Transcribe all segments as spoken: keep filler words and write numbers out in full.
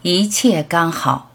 一切刚好。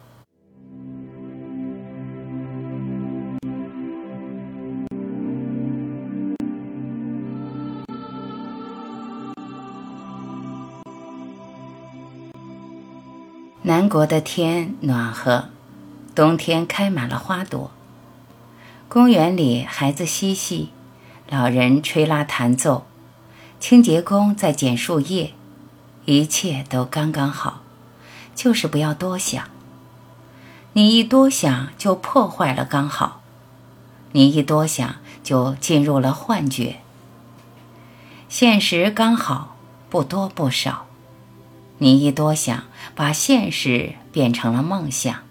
南国的天暖和，冬天开满了花朵。公园里孩子嬉戏，老人吹拉弹奏，清洁工在捡树叶，一切都刚刚好，就是不要多想。你一多想就破坏了刚好，你一多想就进入了幻觉。现实刚好，不多不少。你一多想，把现实变成了梦想。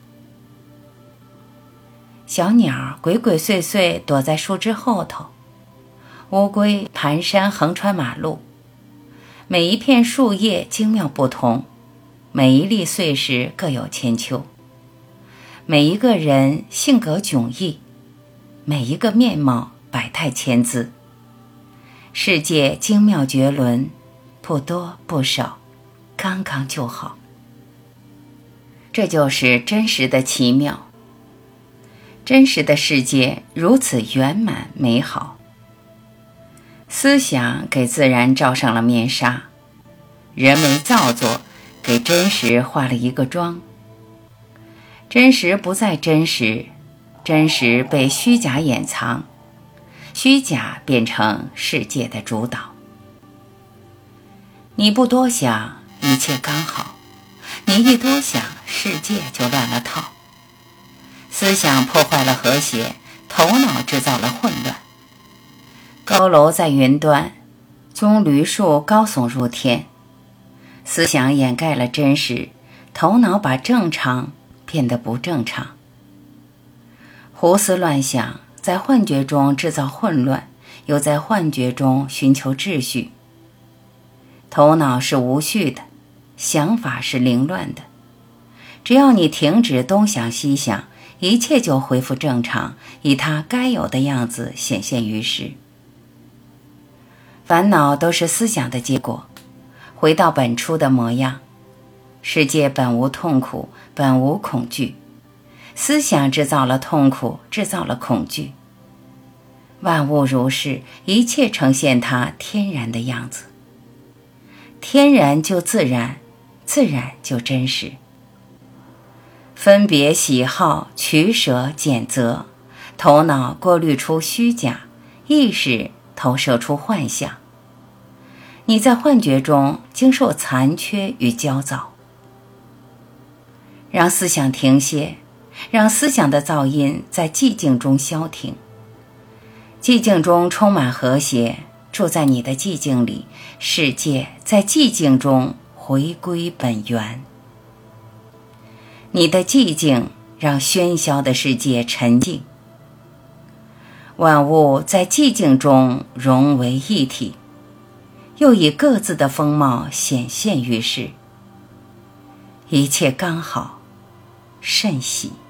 小鸟鬼鬼祟祟躲在树枝后头，乌龟蹒跚横穿马路。每一片树叶精妙不同，每一粒碎石各有千秋。每一个人性格迥异，每一个面貌百态千姿。世界精妙绝伦，不多不少，刚刚就好。这就是真实的奇妙。真实的世界如此圆满美好。思想给自然罩上了面纱，人为造作给真实化了一个妆。真实不再真实，真实被虚假掩藏，虚假变成世界的主导。你不多想，一切刚好；你一多想，世界就乱了套。思想破坏了和谐，头脑制造了混乱。高楼在云端，棕榈树高耸入天。思想掩盖了真实，头脑把正常变得不正常。胡思乱想，在幻觉中制造混乱，又在幻觉中寻求秩序。头脑是无序的，想法是凌乱的。只要你停止东想西想，一切就恢复正常，以它该有的样子显现于世。烦恼都是思想的结果，回到本初的模样。世界本无痛苦，本无恐惧，思想制造了痛苦，制造了恐惧。万物如是，一切呈现它天然的样子。天然就自然，自然就真实。分别喜好，取舍拣择，头脑过滤出虚假，意识投射出幻象。你在幻觉中经受残缺与焦躁。让思想停歇，让思想的噪音在寂静中消停。寂静中充满和谐，住在你的寂静里，世界在寂静中回归本源。你的寂静让喧嚣的世界沉静，万物在寂静中融为一体，又以各自的风貌显现于世。一切刚好，甚喜。